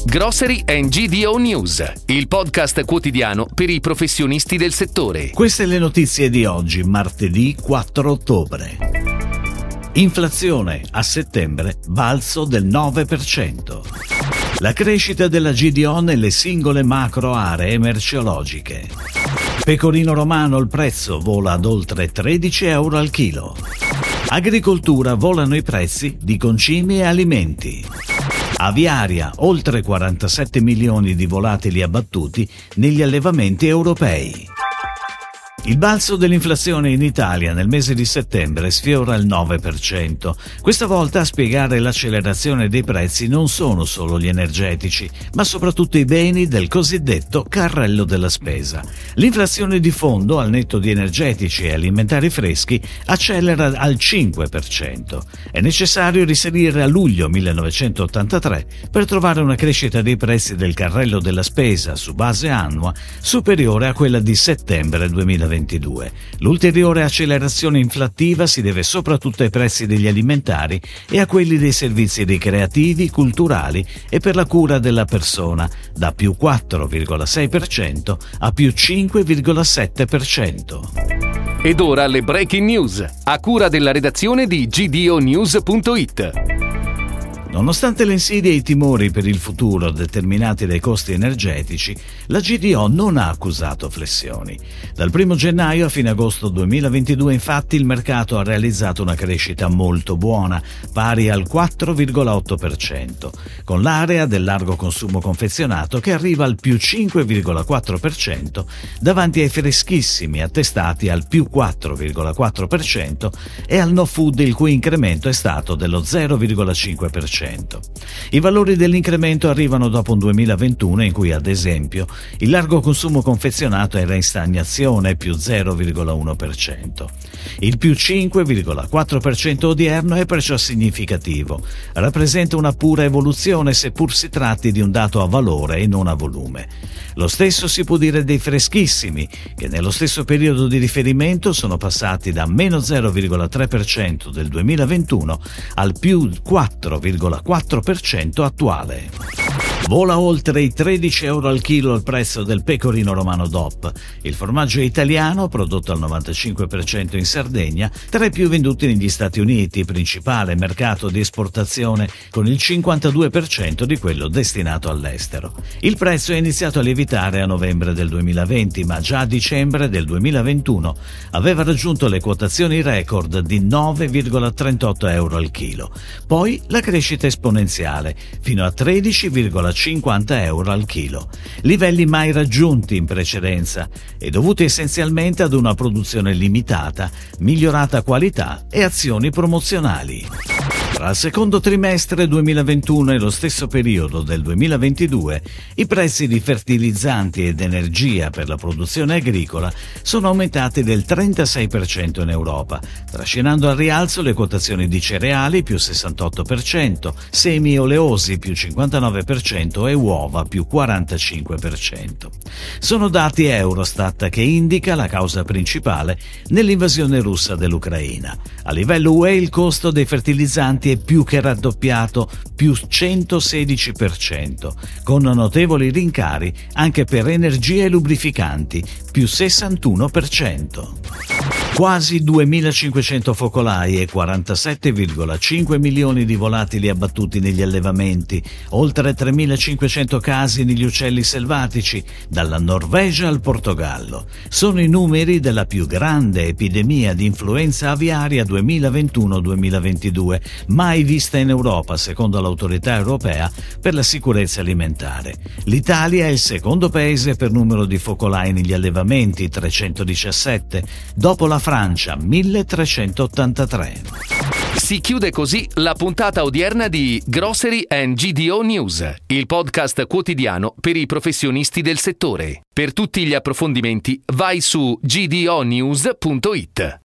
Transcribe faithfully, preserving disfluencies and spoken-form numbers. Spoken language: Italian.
Grocery and G D O News, il podcast quotidiano per i professionisti del settore. Queste le notizie di oggi, martedì quattro ottobre. Inflazione a settembre, balzo del nove per cento. La crescita della G D O nelle singole macro aree merceologiche. Pecorino romano, il prezzo vola ad oltre tredici euro al chilo. Agricoltura, volano i prezzi di concimi e alimenti. Aviaria, oltre quarantasette milioni di volatili abbattuti negli allevamenti europei. Il balzo dell'inflazione in Italia nel mese di settembre sfiora il nove per cento. Questa volta a spiegare l'accelerazione dei prezzi non sono solo gli energetici, ma soprattutto i beni del cosiddetto carrello della spesa. L'inflazione di fondo, al netto di energetici e alimentari freschi, accelera al cinque per cento. È necessario risalire a luglio millenovecentottantatré per trovare una crescita dei prezzi del carrello della spesa su base annua superiore a quella di settembre duemilaventidue. L'ulteriore accelerazione inflattiva si deve soprattutto ai prezzi degli alimentari e a quelli dei servizi ricreativi, culturali e per la cura della persona, da più quattro virgola sei per cento a più cinque virgola sette per cento. Ed ora le breaking news, a cura della redazione di G D O news punto it. Nonostante le insidie e i timori per il futuro determinati dai costi energetici, la G D O non ha accusato flessioni. Dal primo gennaio a fine agosto duemilaventidue, infatti, il mercato ha realizzato una crescita molto buona, pari al quattro virgola otto per cento, con l'area del largo consumo confezionato che arriva al più cinque virgola quattro per cento, davanti ai freschissimi attestati al più quattro virgola quattro per cento e al no food, il cui incremento è stato dello zero virgola cinque per cento. I valori dell'incremento arrivano dopo un duemilaventuno in cui, ad esempio, il largo consumo confezionato era in stagnazione, più zero virgola uno per cento. Il più cinque virgola quattro per cento odierno è perciò significativo. Rappresenta una pura evoluzione, seppur si tratti di un dato a valore e non a volume. Lo stesso si può dire dei freschissimi, che nello stesso periodo di riferimento sono passati da meno zero virgola tre per cento del duemilaventuno al più quattro virgola quattro per cento attuale. Vola oltre i tredici euro al chilo il prezzo del pecorino romano D O P, il formaggio italiano prodotto al novantacinque per cento in Sardegna, tra i più venduti negli Stati Uniti, principale mercato di esportazione con il cinquantadue per cento di quello destinato all'estero. Il prezzo è iniziato a lievitare a novembre del duemilaventi, ma già a dicembre del duemilaventuno aveva raggiunto le quotazioni record di nove virgola trentotto euro al chilo. Poi la crescita esponenziale, fino a tredici virgola cinquanta euro al chilo, livelli mai raggiunti in precedenza e dovuti essenzialmente ad una produzione limitata, migliorata qualità e azioni promozionali. Tra il secondo trimestre duemilaventuno e lo stesso periodo del duemilaventidue, i prezzi di fertilizzanti ed energia per la produzione agricola sono aumentati del trentasei per cento in Europa, trascinando al rialzo le quotazioni di cereali più sessantotto per cento, semi oleosi più cinquantanove per cento e uova più quarantacinque per cento. Sono dati Eurostat che indica la causa principale nell'invasione russa dell'Ucraina. A livello U E il costo dei fertilizzanti è più che raddoppiato, più centosedici per cento, con notevoli rincari anche per energia e lubrificanti, più sessantuno per cento. Quasi duemilacinquecento focolai e quarantasette virgola cinque milioni di volatili abbattuti negli allevamenti, oltre tremilacinquecento casi negli uccelli selvatici, dalla Norvegia al Portogallo. Sono i numeri della più grande epidemia di influenza aviaria duemilaventuno duemilaventidue, mai vista in Europa, secondo l'autorità europea per la sicurezza alimentare. L'Italia è il secondo paese per numero di focolai negli allevamenti, trecentodiciassette, dopo la Francia, milletrecentottantatré. Si chiude così la puntata odierna di Grocery and G D O News, il podcast quotidiano per i professionisti del settore. Per tutti gli approfondimenti vai su G D O news punto it.